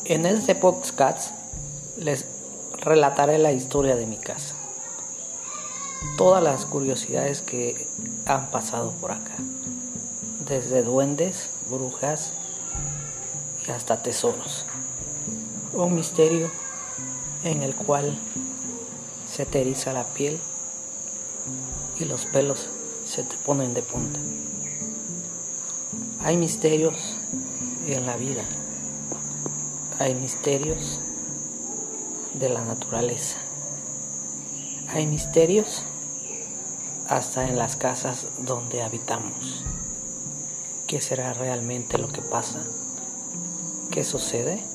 En este podcast les relataré la historia de mi casa, todas las curiosidades que han pasado por acá, desde duendes, brujas y hasta tesoros. Un misterio en el cual se te eriza la piel y los pelos se te ponen de punta. Hay misterios en la vida, hay misterios de la naturaleza, hay misterios hasta en las casas donde habitamos. ¿Qué será realmente lo que pasa? ¿Qué sucede?